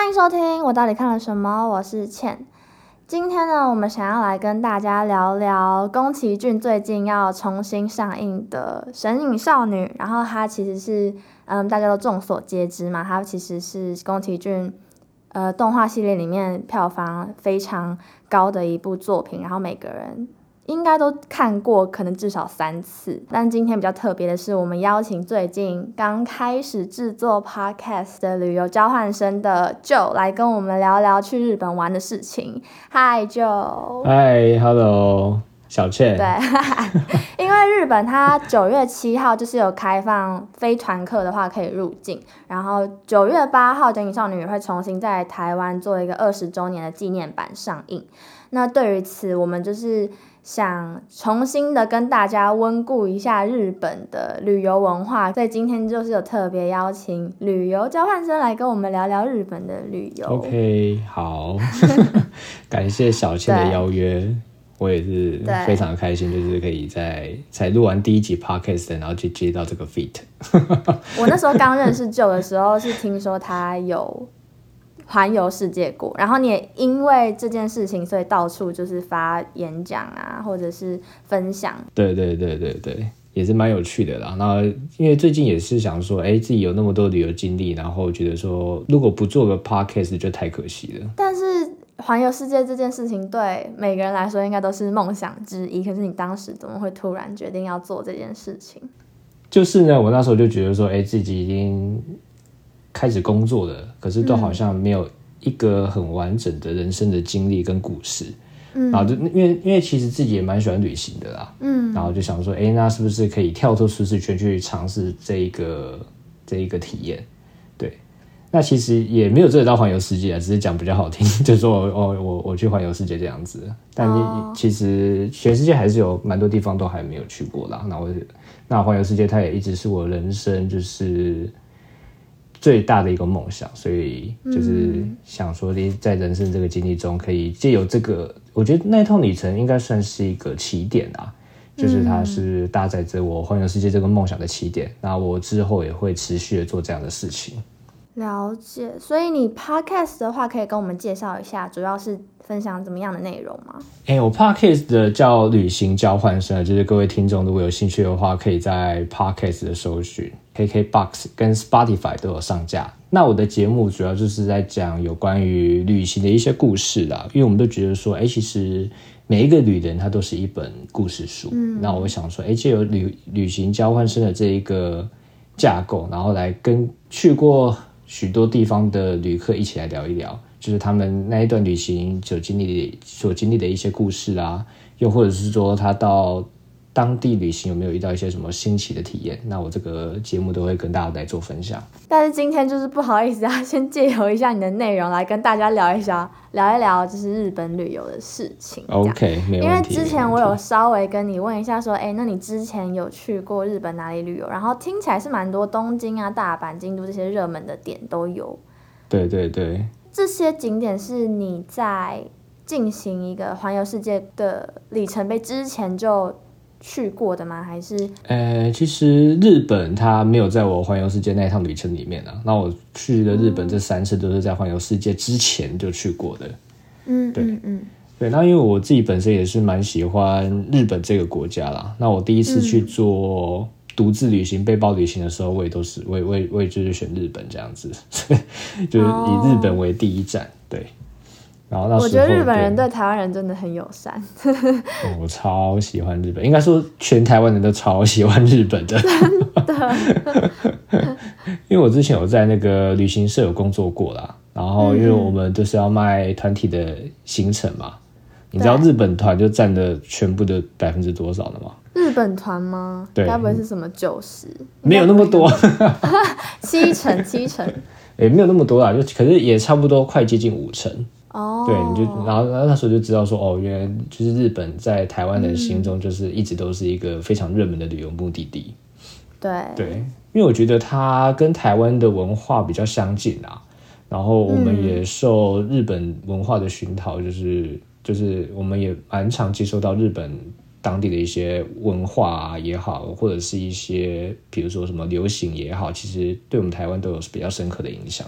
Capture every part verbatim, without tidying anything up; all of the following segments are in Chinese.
欢迎收听我到底看了什么，我是倩。今天呢，我们想要来跟大家聊聊宫崎骏最近要重新上映的《神隐少女》，然后它其实是嗯大家都众所皆知嘛，它其实是宫崎骏呃动画系列里面票房非常高的一部作品，然后每个人应该都看过，可能至少三次。但今天比较特别的是，我们邀请最近刚开始制作 podcast 的旅游交换生的 Joe 来跟我们聊聊去日本玩的事情。Hi Joe。 嗨 ，Hello， 小倩。 对，因为日本它九月七号就是有开放非团客的话可以入境，然后九月八号《神隐少女》也会重新在台湾做一个二十周年的纪念版上映。那对于此，我们就是想重新的跟大家温故一下日本的旅游文化，所以今天就是有特别邀请旅游交换生来跟我们聊聊日本的旅游。 OK， 好。感谢小倩的邀约，我也是非常开心，就是可以在才录完第一集 podcast， 然后就接到这个 feat。 我那时候刚认识 Joe 的时候是听说他有环游世界过，然后你也因为这件事情所以到处就是发演讲啊，或者是分享。 对对对对对，也是蛮有趣的啦。那因为最近也是想说，哎，自己有那么多旅游经历，然后觉得说如果不做个 podcast 就太可惜了。 但是环游世界这件事情对每个人来说应该都是梦想之一，可是你当时怎么会突然决定要做这件事情？ 就是呢，我那时候就觉得说，哎，自己已经开始工作了，可是都好像没有一个很完整的人生的经历跟故事。嗯，然后就因为因为其实自己也蛮喜欢旅行的啦，嗯，然后就想说，哎，那是不是可以跳脱舒适圈去尝试这一个这一个体验？对，那其实也没有真的到环游世界啊，只是讲比较好听，就是说哦，我我去环游世界这样子。但其实全世界还是有蛮多地方都还没有去过啦。那我那环游世界它也一直是我人生就是最大的一个梦想，所以就是想说在人生这个经历中可以借由这个，我觉得那趟旅程应该算是一个起点啊，就是它是搭载着我环游世界这个梦想的起点，那我之后也会持续的做这样的事情。 了解，所以你 podcast 的话可以跟我们介绍一下，主要是分享怎么样的内容吗？ 欸、我 podcast 的叫旅行交换生，就是各位听众如果有兴趣的话，可以在 podcast 的搜寻 K K B O X 跟 Spotify 都有上架。那我的节目主要就是在讲有关于旅行的一些故事啦，因为我们都觉得说，哎、欸，其实每一个旅人他都是一本故事书。嗯，那我想说，哎、欸，借由旅旅行交换生的这一个架构，然后来跟去过许多地方的旅客一起来聊一聊，就是他们那一段旅行所经历的所经历的一些故事啊，又或者是说他到当地旅行有没有遇到一些什么新奇的体验，那我这个节目都会跟大家来做分享。 但是今天就是不好意思啊，先借由一下你的内容来跟大家聊一下聊一聊就是日本旅游的事情。 OK， 没有问题。 因为之前我有稍微跟你问一下说，哎，那你之前有去过日本哪里旅游？然后听起来是蛮多东京啊、大阪、京都这些热门的点都有。 对对对， 这些景点是你在进行一个环游世界的里程碑之前就去过的吗？还是呃，其实日本它没有在我环游世界那一趟旅程里面啊。那我去的日本这三次都是在环游世界之前就去过的。 嗯， 对， 嗯嗯， 对。那因为我自己本身也是蛮喜欢日本这个国家啦。那我第一次去做独自旅行、背包旅行的时候，我也都是我也我也我也就是选日本这样子，就是以日本为第一站。对。然后那时候我觉得日本人对台湾人真的很友善。 哦，我超喜欢日本，应该说全台湾人都超喜欢日本的。 真的。 因为我之前有在那个旅行社有工作过啦，然后因为我们都是要卖团体的行程嘛，你知道日本团就占了全部的百分之多少了吗？ 日本团吗？ 对， 该不会是什么九十？ 没有那么多。 七成七成。 也没有那么多啦，就可是也差不多快接近五成。 哦， 对，你就然后那时候就知道说，哦，原来就是日本在台湾人心中就是一直都是一个非常热门的旅游目的地。 对对，因为我觉得它跟台湾的文化比较相近啊，然后我们也受日本文化的熏陶，就是、嗯、就是我们也蛮常接受到日本当地的一些文化啊也好，或者是一些比如说什么流行也好，其实对我们台湾都有比较深刻的影响啦。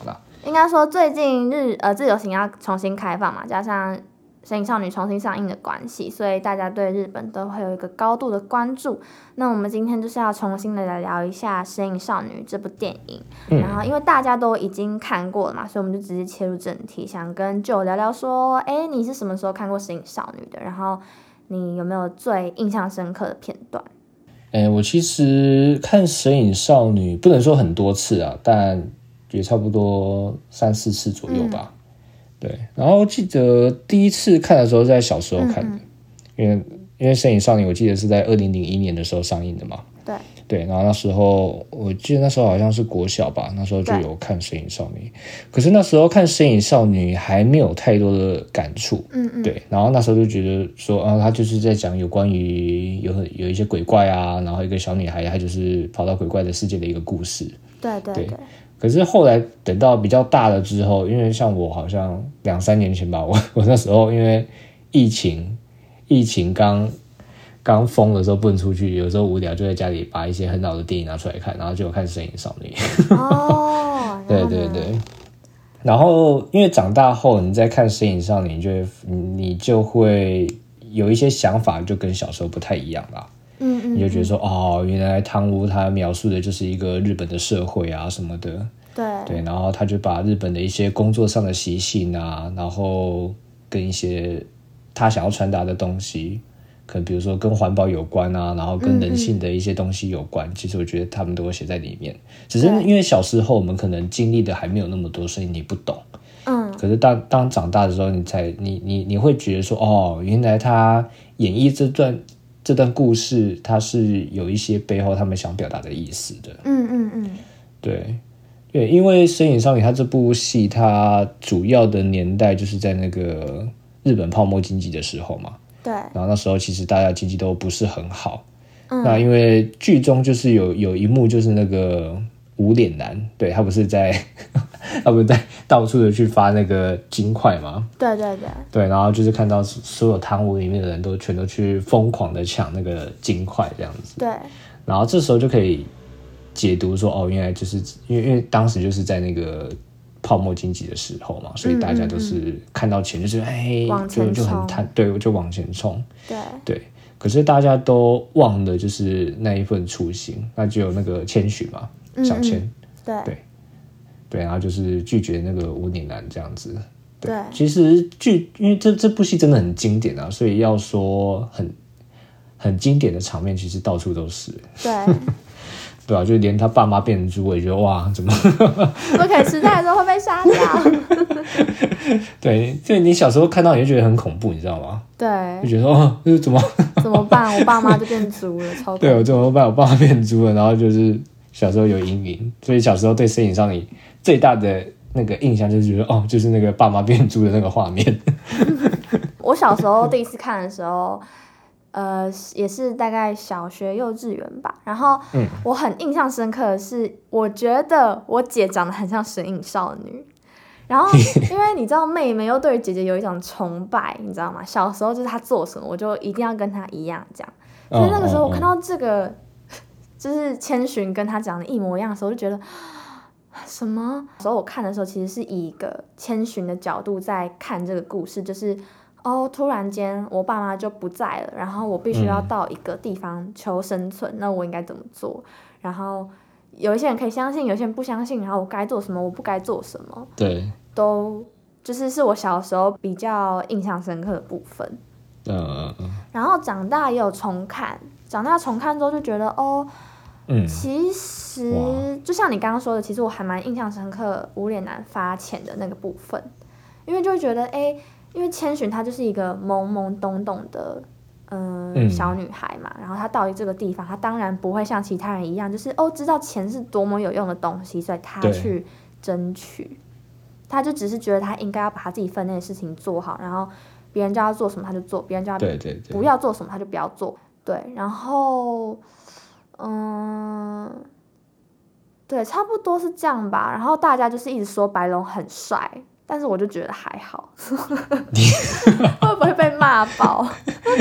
应该说最近日呃自由行要重新开放嘛，加上神隐少女重新上映的关系，所以大家对日本都会有一个高度的关注。那我们今天就是要重新的来聊一下《神隐少女》这部电影、嗯、然后因为大家都已经看过了嘛，所以我们就直接切入正题，想跟就聊聊说，哎，你是什么时候看过《神隐少女》的？然后你有没有最印象深刻的片段？ 欸、我其实看《神隐少女》不能说很多次啊，但也差不多三四次左右吧。嗯对，然后记得第一次看的时候是在小时候看的，嗯、因为因为《神隐少女》我记得是在二零零一年的时候上映的嘛。 对对，然后那时候我记得那时候好像是国小吧，那时候就有看《神隐少女》，可是那时候看《神隐少女》还没有太多的感触。嗯嗯。对，然后那时候就觉得说，啊，他就是在讲有关于有有一些鬼怪啊，然后一个小女孩她就是跑到鬼怪的世界的一个故事。 对对 对, 对。 可是后来等到比较大了之后，因为像我好像两三年前吧，我我那时候因为疫情，疫情刚刚封的时候不能出去，有时候无聊就在家里把一些很老的电影拿出来看，然后就有看《神隐少女》。哦，对对对。然后因为长大后你再看《神隐少女》，你就会你就会有一些想法，就跟小时候不太一样啦。嗯嗯，你就觉得说，哦，原来汤屋他描述的就是一个日本的社会啊什么的， 对对，然后他就把日本的一些工作上的习性啊，然后跟一些他想要传达的东西，可能比如说跟环保有关啊，然后跟人性的一些东西有关，嗯嗯，其实我觉得他们都会写在里面，只是因为小时候我们可能经历的还没有那么多，所以你不懂。嗯，可是当当长大的时候，你才你你你会觉得说，哦，原来他演绎这段。这段故事它是有一些背后他们想表达的意思的。嗯嗯嗯，对对，因为《神隐少女》它这部戏它主要的年代就是在那个日本泡沫经济的时候嘛。 对。 然后那时候其实大家经济都不是很好。嗯。那因为剧中就是有有一幕就是那个无脸男，对，他不是在他不是在到处的去发那个金块吗？ 对对对对，然后就是看到所有汤屋里面的人都全都去疯狂的抢那个金块这样子。 对， 然后这时候就可以解读说，哦，原来就是因为因为当时就是在那个泡沫经济的时候嘛，所以大家都是看到钱就是哎、嗯、就就很贪，对，就往前冲。 对对，可是大家都忘了就是那一份初心，那就有那个千寻嘛。小千、嗯、 对对对，然后就是拒绝那个无脸男这样子。 对, 对， 其实剧因为这这部戏真的很经典啊，所以要说很很经典的场面，其实到处都是。 对对啊，就连他爸妈变成猪，我也觉得哇，怎么不可以吃菜的时候会被杀掉。 对，就你小时候看到你就觉得很恐怖，你知道吗？ 对， 就觉得哦，这怎么怎么办？我爸妈就变猪了，超对，我怎么办？我爸妈变猪了，然后就是小时候有阴影，所以小时候对《神隐少女》最大的那个印象就是觉得哦，就是那个爸妈变猪的那个画面。 我小时候第一次看的时候。呃，也是大概小学幼稚园吧，然后我很印象深刻的是，我觉得我姐长得很像神隐少女，然后因为你知道妹妹又对姐姐有一种崇拜，你知道吗？小时候就是她做什么，我就一定要跟她一样这样，所以那个时候我看到这个就是千寻跟她长得一模一样的时候，我就觉得什么？所以我看的时候其实是以一个千寻的角度在看这个故事，就是哦，突然间我爸妈就不在了，然后我必须要到一个地方求生存，嗯、那我应该怎么做？然后有一些人可以相信，有些人不相信，然后我该做什么，我不该做什么， 对， 都就是是我小时候比较印象深刻的部分。 嗯嗯嗯。 然后长大也有重看，长大重看之后就觉得哦，嗯，其实就像你刚刚说的，其实我还蛮印象深刻无脸男发钱的那个部分，因为就会觉得哎。因为千寻她就是一个懵懵懂懂的、呃、嗯小女孩嘛，然后她到这个地方，她当然不会像其他人一样，就是哦知道钱是多么有用的东西，所以她去争取，她就只是觉得她应该要把她自己分内的事情做好，然后别人叫她做什么她就做，别人叫她不要做什么她就不要做，对，然后嗯，对，差不多是这样吧。然后大家就是一直说白龙很帅。但是我就觉得还好，会不会被骂爆？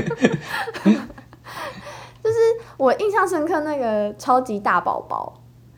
就是我印象深刻那个超级大宝宝，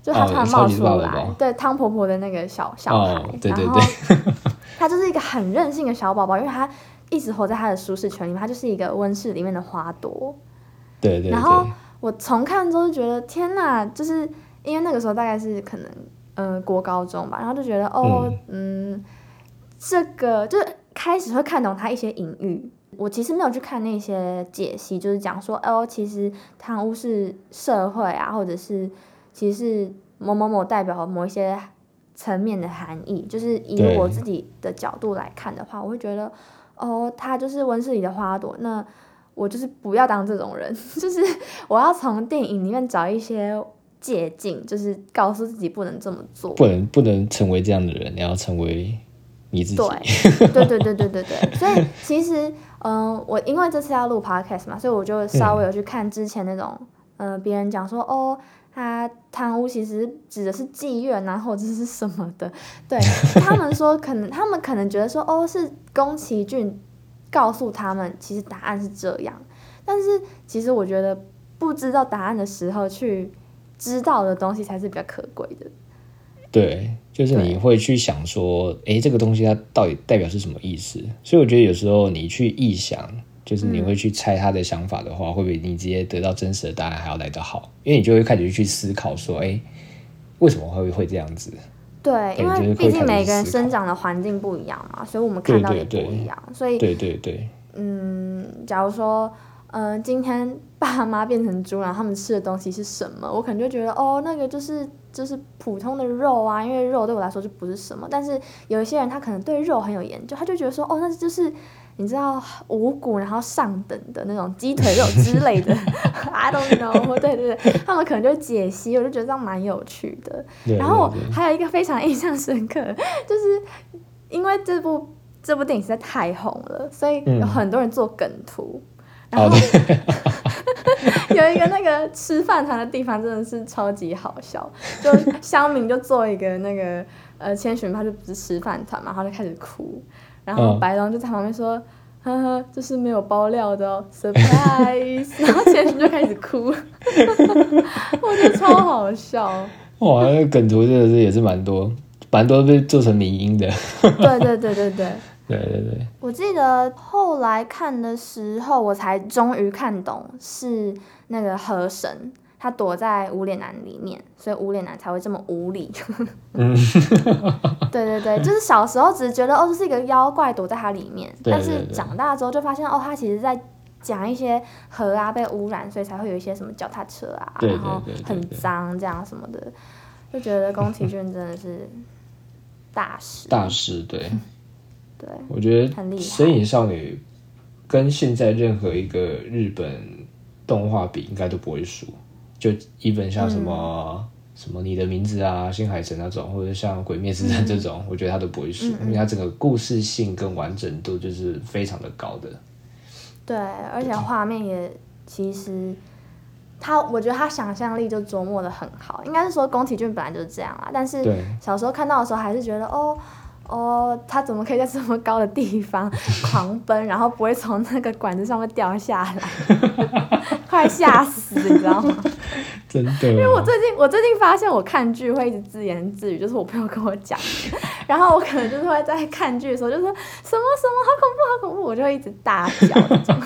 就他突然冒出来， 哦、宝宝对汤婆婆的那个小小孩， 哦、对对对， 然后他就是一个很任性的小宝宝，因为他一直活在他的舒适圈里面，他就是一个温室里面的花朵。 对对对。 然后我重看之后就觉得天哪，就是因为那个时候大概是可能呃国高中吧，然后就觉得哦 嗯, 嗯这个就是开始会看懂他一些隐喻。我其实没有去看那些解析，就是讲说哦，其实贪污是社会啊，或者是其实是某某某代表某一些层面的含义。就是以我自己的角度来看的话，我会觉得哦，他就是温室里的花朵，那我就是不要当这种人，就是我要从电影里面找一些借鉴，就是告诉自己不能这么做， 不能不能成为这样的人，你要成为你自己。 对对对对对对对。所以其实，嗯、呃，我因为这次要录 podcast 嘛，所以我就稍微有去看之前那种，嗯、呃，别人讲说，哦，他贪污其实指的是妓院啊，或者是什么的。对他们说，可能他们可能觉得说，哦，是宫崎骏告诉他们，其实答案是这样。但是其实我觉得，不知道答案的时候去知道的东西才是比较可贵的。 对，就是你会去想说，哎，这个东西它到底代表是什么意思？所以我觉得有时候你去臆想，就是你会去猜他的想法的话，嗯、会比你直接得到真实的答案还要来得好，因为你就会开始去思考说，哎，为什么会会这样子？ 对，因为毕竟每个人生长的环境不一样嘛，所以我们看到也不一样。 对对对， 所以对对对， 嗯，假如说，嗯、呃，今天爸妈变成猪，然后他们吃的东西是什么，我可能就觉得，哦，那个就是就是普通的肉啊，因为肉对我来说就不是什么。但是有一些人他可能对肉很有研究，他就觉得说，哦，那就是你知道五谷然后上等的那种鸡腿肉之类的，I don't know， 对对对，他们可能就解析，我就觉得这样蛮有趣的。 对对对， 然后还有一个非常印象深刻，就是因为这部这部电影实在太红了，所以有很多人做梗图。嗯、然后、oh, 有一个那个吃饭团的地方真的是超级好笑，就乡民就做一个那个呃千寻他就不是吃饭团嘛，然后就开始哭，然后白龙就在旁边说。呵呵，这是没有包料的哦 ，surprise！ 然后千寻就开始哭，我觉得超好笑。 哇，那梗图真的是也是蛮多，蛮多被做成迷因的。 对对对对对， 对对对。 我记得后来看的时候，我才终于看懂是那个河神。他躲在无脸男里面，所以无脸男才会这么无理。嗯，对对对，就是小时候只觉得哦，这是一个妖怪躲在他里面， 对对对， 但是长大之后就发现哦，他其实在讲一些河啊被污染，所以才会有一些什么脚踏车啊， 对对对对对， 然后很脏这样什么的，就觉得宫崎骏真的是大师。 大师，对， 对， 我觉得很厉害。 神隐少女跟现在任何一个日本动画比，应该都不会输。就even像什么、嗯、什么你的名字啊、新海诚那种，或者像鬼灭之刃这种、嗯、我觉得他都不会输、嗯嗯、因为他整个故事性跟完整度就是非常的高的。 对，而且画面也其实他我觉得他想象力就琢磨的很好，应该是说宫崎骏本来就是这样啦，但是小时候看到的时候还是觉得哦哦，他怎么可以在这么高的地方狂奔，然后不会从那个管子上面掉下来，快吓死，你知道吗？ 真的，因为我最近我最近发现我看剧会一直自言自语，就是我朋友跟我讲，然后我可能就是会在看剧的时候就说什么什么好恐怖好恐怖，我就会一直大叫那种。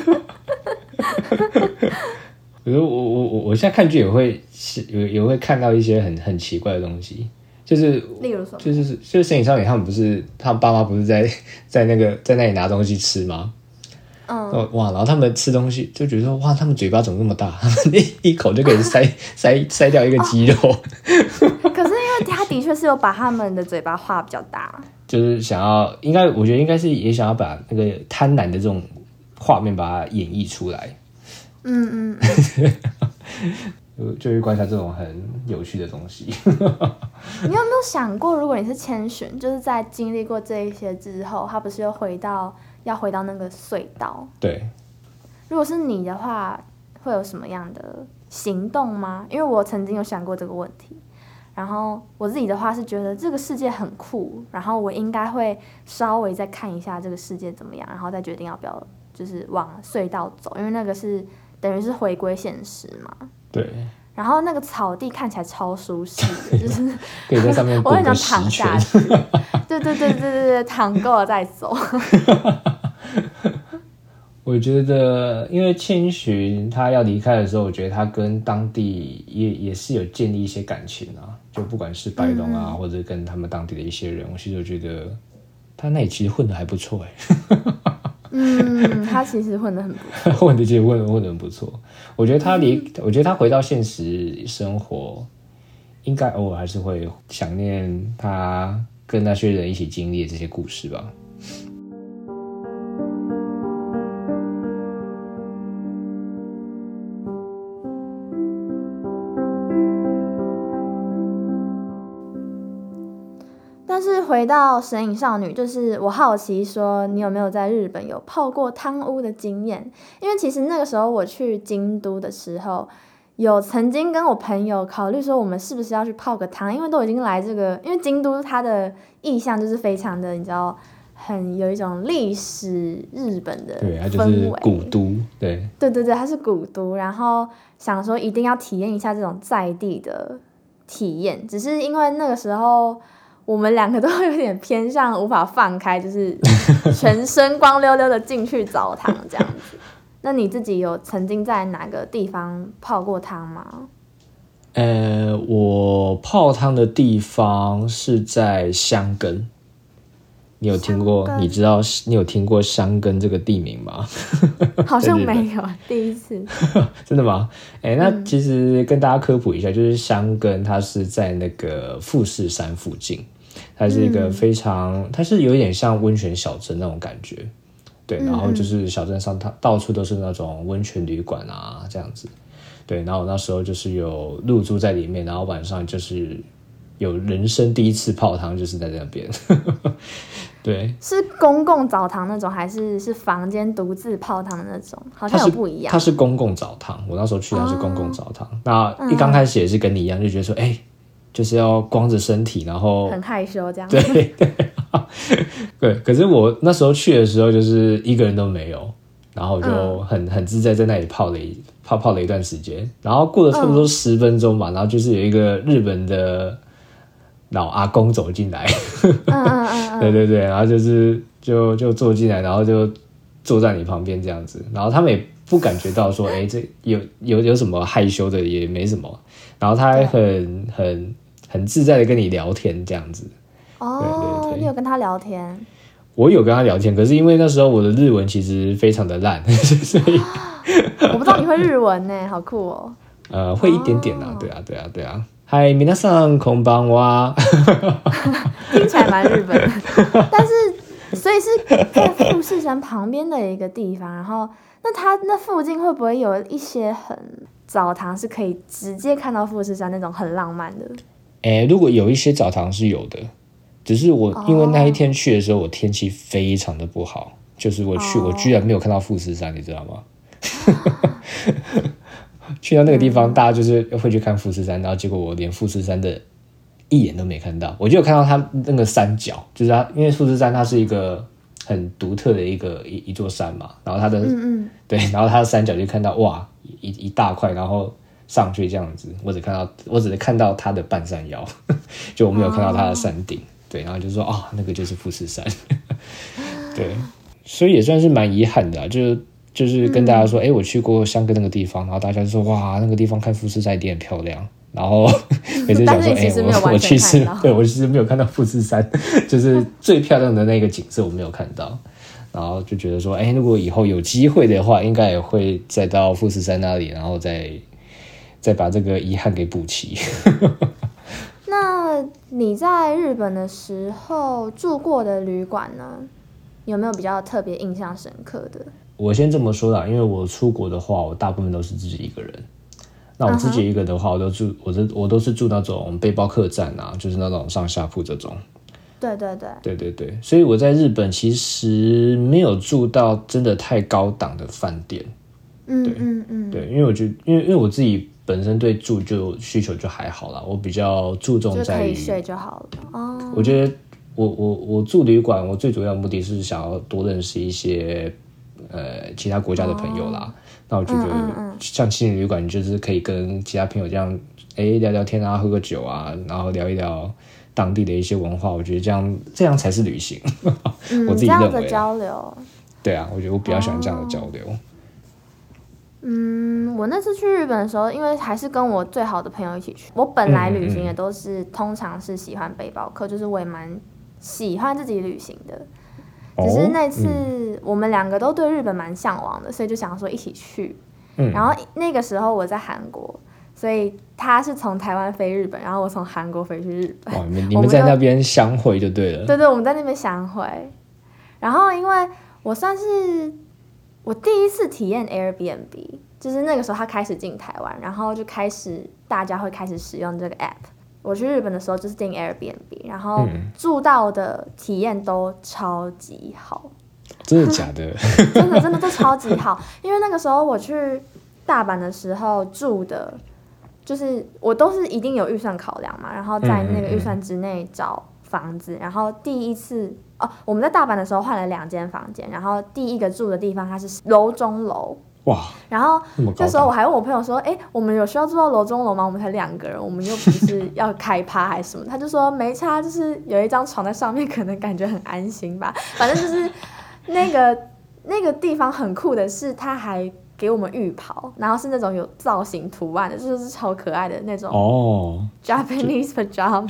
可是我我我我现在看剧也会也也会看到一些很很奇怪的东西。就是例如什么？ 就是就是神隐少女他们不是他们爸妈不是在在那个在那里拿东西吃吗？嗯，哇，然后他们吃东西就觉得说哇，他们嘴巴怎么那么大？他们一一口就可以塞塞塞掉一个鸡肉。哦、 可是因为他的确是有把他们的嘴巴画比较大， 就是想要应该我觉得应该是也想要把那个贪婪的这种画面把它演绎出来。 嗯嗯嗯。 就会观察这种很有趣的东西。 你有没有想过，如果你是千寻，就是在经历过这一些之后，他不是又回到要回到那个隧道？ 对。 如果是你的话，会有什么样的行动吗？因为我曾经有想过这个问题。然后我自己的话是觉得这个世界很酷，然后我应该会稍微再看一下这个世界怎么样，然后再决定要不要就是往隧道走，因为那个是等于是回归现实嘛。 对。 然后那个草地看起来超舒适的，就是可以在上面我很滚想躺个十圈下去。对对对对对对，躺够了再走。 我觉得，因为千寻他要离开的时候，我觉得他跟当地也也是有建立一些感情啊，就不管是白龙啊，嗯、或者跟他们当地的一些人，我其实我觉得他那里其实混得还不错哎。 嗯，他其实混得很不错， 混得其实混得混得很不错。我觉得他离，嗯、我觉得他回到现实生活，应该偶尔还是会想念他跟那些人一起经历的这些故事吧。 但是回到神隐少女，就是我好奇说你有没有在日本有泡过汤屋的经验？因为其实那个时候我去京都的时候，有曾经跟我朋友考虑说我们是不是要去泡个汤，因为都已经来这个，因为京都它的意象就是非常的，你知道，很有一种历史日本的氛围， 对，它就是古都，对， 对对对，它是古都，然后想说一定要体验一下这种在地的体验，只是因为那个时候我们两个都有点偏向无法放开，就是全身光溜溜的进去澡堂这样子。那你自己有曾经在哪个地方泡过汤吗？ 呃，我泡汤的地方是在箱根。你有听过？你知道你有听过箱根这个地名吗？ 好像没有，第一次。 真的吗？哎、欸，那其实跟大家科普一下，嗯、就是箱根它是在那个富士山附近，它是一个非常，嗯、它是有点像温泉小镇那种感觉。对，然后就是小镇上它到处都是那种温泉旅馆啊这样子。对，然后我那时候就是有入住在里面，然后晚上就是有人生第一次泡汤，就是在那边。对， 是公共澡堂那种，还是是房间独自泡汤的那种？好像有不一样。 它是公共澡堂，我那时候去的是公共澡堂。哦、那一刚开始也是跟你一样，就觉得说，哎、欸，就是要光着身体，然后很害羞这样。 对对对。可是我那时候去的时候，就是一个人都没有，然后我就很、嗯、很自在在那里泡了一泡泡了一段时间，然后过了差不多十分钟吧，嗯、然后就是有一个日本的老阿公走进来。嗯嗯嗯对对对，然后就是就就坐进来，然后就坐在你旁边这样子，然后他们也不感觉到说，哎、欸，这有有有什么害羞的，也没什么，然后他还很很很自在的跟你聊天这样子。 哦，对对对，你有跟他聊天？ 我有跟他聊天，可是因为那时候我的日文其实非常的烂，所以我不知道你会日文呢，好酷哦。 呃，会一点点啊，对啊，对啊，对啊。嗨，皆さんこんばんは。 听起来蛮日本的，但是所以是在富士山旁边的一个地方，然后那它那附近会不会有一些很澡堂是可以直接看到富士山那种很浪漫的？ 哎、欸，如果有一些澡堂是有的，只是我因为那一天去的时候，我天气非常的不好，就是我去、oh. 我居然没有看到富士山，你知道吗？去到那个地方，嗯、大家就是会去看富士山，然后结果我连富士山的一眼都没看到，我就有看到它那个山脚，就是它，因为富士山它是一个很独特的一个 一, 一座山嘛，然后它的嗯嗯对，然后它的山脚就看到哇一一大块，然后上去这样子，我只看到我只是看到它的半山腰，就我没有看到它的山顶，哦、对，然后就说啊、哦、那个就是富士山，对，所以也算是蛮遗憾的、啊，就是。就是跟大家说，哎、嗯欸，我去过香根那个地方，然后大家就说，哇，那个地方看富士山一定很漂亮。然后每次想说，哎、欸，我我其实对我其实没有看到富士山，就是最漂亮的那个景色我没有看到。然后就觉得说，哎、欸，如果以后有机会的话，应该也会再到富士山那里，然后再再把这个遗憾给补齐。 那你在日本的时候住过的旅馆呢，有没有比较特别印象深刻的？ 我先这么说啦，因为我出国的话，我大部分都是自己一个人。那我自己一个人的话，我都住，我都我都是住那种背包客栈啊，就是那种上下铺这种。 对对对， 对对对，所以我在日本其实没有住到真的太高档的饭店。 嗯嗯嗯， 对，因为我觉得，因为因为我自己本身对住就需求就还好啦，我比较注重在于就可以睡就好了。哦， 我觉得我我我住旅馆，我最主要的目的是想要多认识一些。 呃其他国家的朋友啦。哦、那我就觉得像青年旅馆，就是可以跟其他朋友这样，哎聊聊天啊，喝个酒啊，然后聊一聊当地的一些文化。我觉得这样这样才是旅行。 嗯、 我自己认为、啊、 这样的交流。 对啊，我觉得我比较喜欢这样的交流。哦、 嗯，我那次去日本的时候，因为还是跟我最好的朋友一起去。我本来旅行也都是，嗯嗯嗯通常是喜欢背包客，就是我也蛮喜欢自己旅行的。只是那次我们两个都对日本蛮向往的，所以就想说一起去。嗯、然后那个时候我在韩国，所以他是从台湾飞日本，然后我从韩国飞去日本。 哦，你们在那边相会就对了。 对对，我们在那边相会。然后因为我算是我第一次体验 Airbnb， 就是那个时候他开始进台湾，然后就开始大家会开始使用这个 app。我去日本的时候就是订 Airbnb， 然后住到的体验都超级好。 真的假的？ 真的真的都超级好，因为那个时候我去大阪的时候住的，就是我都是一定有预算考量嘛，然后在那个预算之内找房子。然后第一次哦，我们在大阪的时候换了两间房间，然后第一个住的地方它是楼中楼。 哇！ 然后那时候我还问我朋友说：“哎，我们有需要住到楼中楼吗？我们才两个人，我们又不是要开趴还是什么？”他就说没差，就是有一张床在上面，可能感觉很安心吧。反正就是那个那个地方很酷的是，他还给我们浴袍，然后是那种有造型图案的，就是超可爱的那种哦 ，Japanese pajama。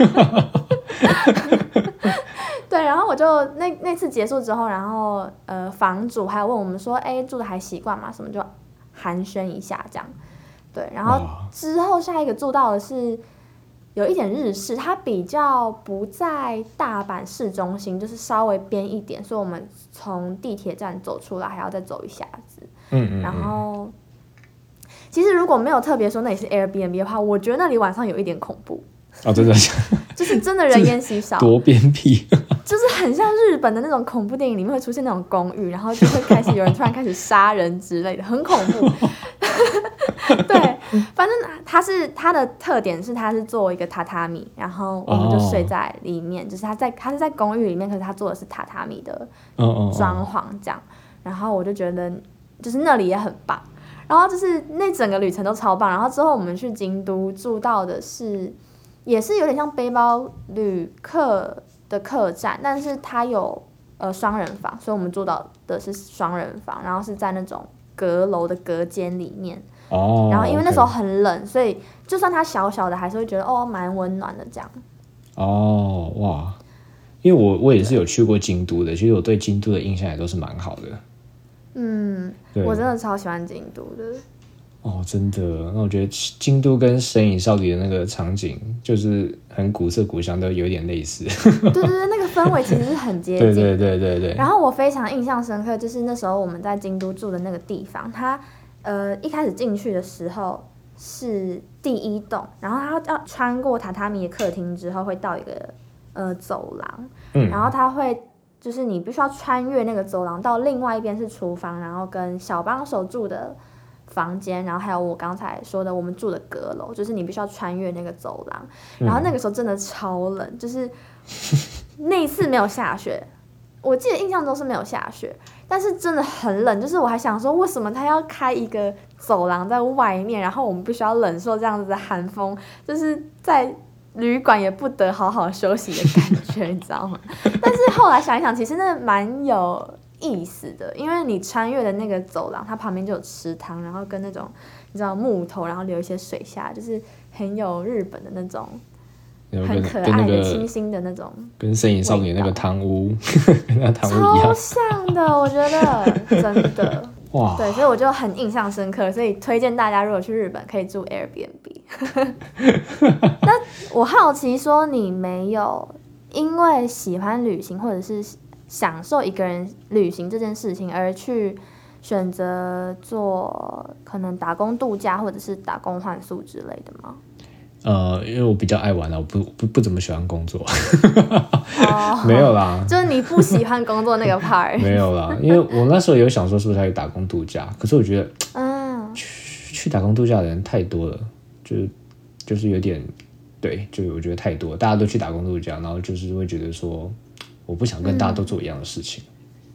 对，然后我就那那次结束之后，然后呃房主还有问我们说，哎，住的还习惯吗？什么就寒暄一下这样。对，然后之后下一个住到的是有一点日式，它比较不在大阪市中心，就是稍微边一点，所以我们从地铁站走出来还要再走一下子。嗯嗯嗯。然后其实如果没有特别说那里是 Airbnb 的话，我觉得那里晚上有一点恐怖。 哦，真的， 就是真的人烟稀少， 多偏僻， 就是很像日本的那种恐怖电影里面会出现那种公寓，然后就会开始有人突然开始杀人之类的，很恐怖。对，反正它是它的特点是它是做一个榻榻米，然后我们就睡在里面，哦、就是它在它是在公寓里面，可是它做的是榻榻米的装潢这样，然后我就觉得就是那里也很棒，然后就是那整个旅程都超棒，然后之后我们去京都住到的是。也是有点像背包旅客的客栈，但是它有呃双人房，所以我们住到的是双人房，然后是在那种阁楼的隔间里面。哦。然后因为那时候很冷， okay. 所以就算它小小的，还是会觉得哦蛮温暖的这样。 哦哇，因为我我也是有去过京都的，其实我对京都的印象也都是蛮好的。 嗯，我真的超喜欢京都的。 哦，真的，那我觉得京都跟神隐少女的那个场景，就是很古色古香，都有点类似。 对对对，那个氛围其实是很接近的。 对对对对对。 然后我非常印象深刻，就是那时候我们在京都住的那个地方，它呃一开始进去的时候是第一栋，然后它要穿过榻榻米的客厅之后，会到一个呃走廊，嗯，然后它会就是你必须要穿越那个走廊到另外一边是厨房，然后跟小帮手住的。房间，然后还有我刚才说的我们住的阁楼，就是你必须要穿越那个走廊，然后那个时候真的超冷，就是那一次没有下雪，我记得印象中是没有下雪，但是真的很冷，就是我还想说为什么他要开一个走廊在外面，然后我们必须要忍受这样子的寒风，就是在旅馆也不得好好休息的感觉，你知道吗？但是后来想一想，其实那蛮有意思的，因为你穿越的那个走廊，它旁边就有池塘，然后跟那种你知道木头，然后流一些水下，就是很有日本的那种很可爱的、清新的那种， 跟神隐少女那个汤屋，跟那汤屋一样， 超像的，我觉得真的哇，对，所以我就很印象深刻，所以推荐大家如果去日本可以住 Airbnb。那我好奇说，你没有因为喜欢旅行或者是享受一个人旅行这件事情而去选择做可能打工度假或者是打工换宿之类的吗？ 呃，因为我比较爱玩啦，我不不不怎么喜欢工作。哦，没有啦， 就是你不喜欢工作那个 part。 没有啦，因为我那时候有想说是不是要去打工度假，可是我觉得，嗯，去去打工度假的人太多了，就是就是有点，对，就我觉得太多了，大家都去打工度假，然后就是会觉得说，我不想跟大家都做一样的事情。嗯、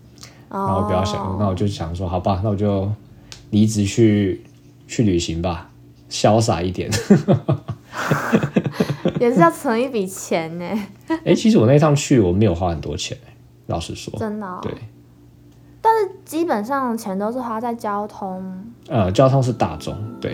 然后不要想，那我就想说，好吧，那我就离职去去旅行吧，潇洒一点。 也是要存一笔钱呢。 哎、欸，其实我那趟去我没有花很多钱，老实说。 真的、哦。 对。 但是基本上钱都是花在交通。 呃，交通是大众，对。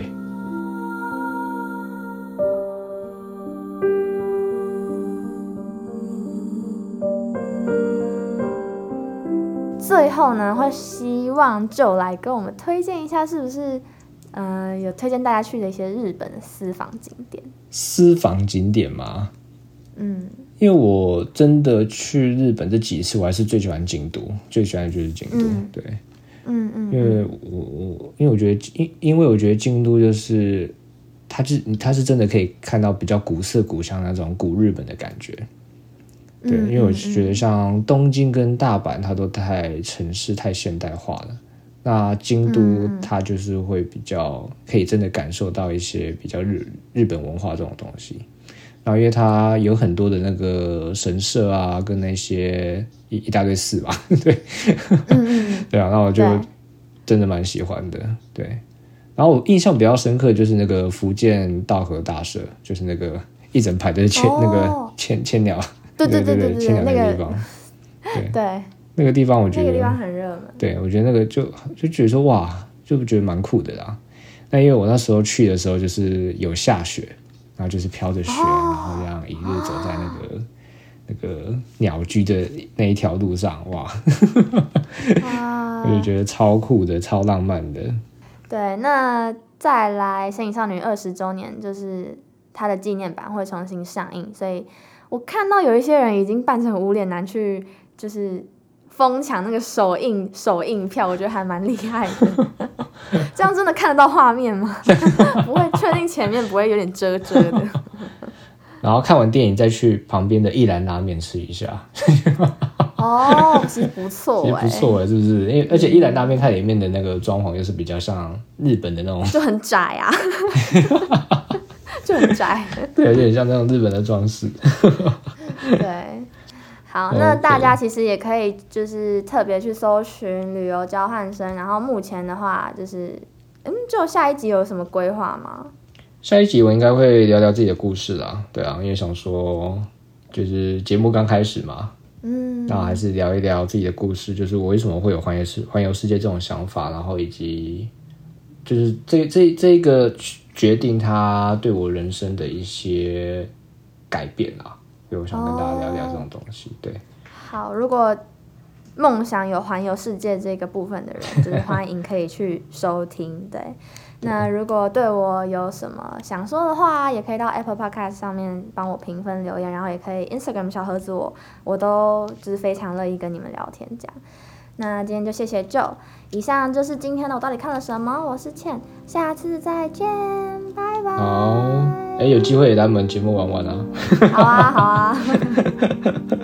最后呢，会希望就来跟我们推荐一下，是不是？呃，有推荐大家去的一些日本的私房景点。 私房景点吗？ 嗯， 因为我真的去日本这几次，我还是最喜欢京都，最喜欢的就是京都。嗯、对， 嗯嗯， 因为我我因为我觉得因因为我觉得京都就是它是它是真的可以看到比较古色古香那种古日本的感觉。对，因为我觉得像东京跟大阪，它都太城市太现代化了。那京都它就是会比较可以真的感受到一些比较日日本文化这种东西。然后因为它有很多的那个神社啊，跟那些 一, 一大堆寺吧，对， 嗯对啊，那我就真的蛮喜欢的，对。然后我印象比较深刻的就是那个福建道和大社，就是那个一整排的千、哦、那个千千鸟。 对对对对对， 千鸟那个地方，对对， 那个地方我觉得那个地方很热门。 对，我觉得那个就就觉得说哇，就觉得蛮酷的啦。那因为我那时候去的时候就是有下雪，然后就是飘着雪，哦、然后这样一日走在那个、哦、那个鸟居的那一条路上，哇，哇我就觉得超酷的，超浪漫的。 对，那再来《神隐少女》二十周年，就是它的纪念版会重新上映，所以。我看到有一些人已经扮成无脸男去，就是疯抢那个首映首映票，我觉得还蛮厉害的。这样真的看得到画面吗？不会，确定前面不会有点遮遮的。 然后看完电影再去旁边的一兰拉面吃一下。 哦，其实不错、欸， 其实不错哎，是不是？因为而且一兰拉面它里面的那个装潢又是比较像日本的那种， 就很窄啊。就很宅， 对，有点像那种日本的装饰。 对，好，那大家其实也可以就是特别去搜寻旅游交换生，然后目前的话就是，嗯，就下一集有什么规划吗？ 下一集我应该会聊聊自己的故事啦，对啊，因为想说就是节目刚开始嘛，嗯，那还是聊一聊自己的故事，就是我为什么会有环游世环游世界这种想法，然后以及就是这这这个。决定他对我人生的一些改变啦，所以我想跟大家聊聊这种东西。对， 好，如果梦想有环游世界这个部分的人，就是欢迎可以去收听。对，那如果对我有什么想说的话，也可以到 Apple Podcast 上面帮我评分留言，然后也可以 Instagram 小盒子我，我都就是非常乐意跟你们聊天这样。那今天就谢谢 Joe， 以上就是今天的我到底看了什么，我是倩，下次再见，拜拜。 好，哎、欸，有机会也来我们节目玩玩啊。 好啊，好啊。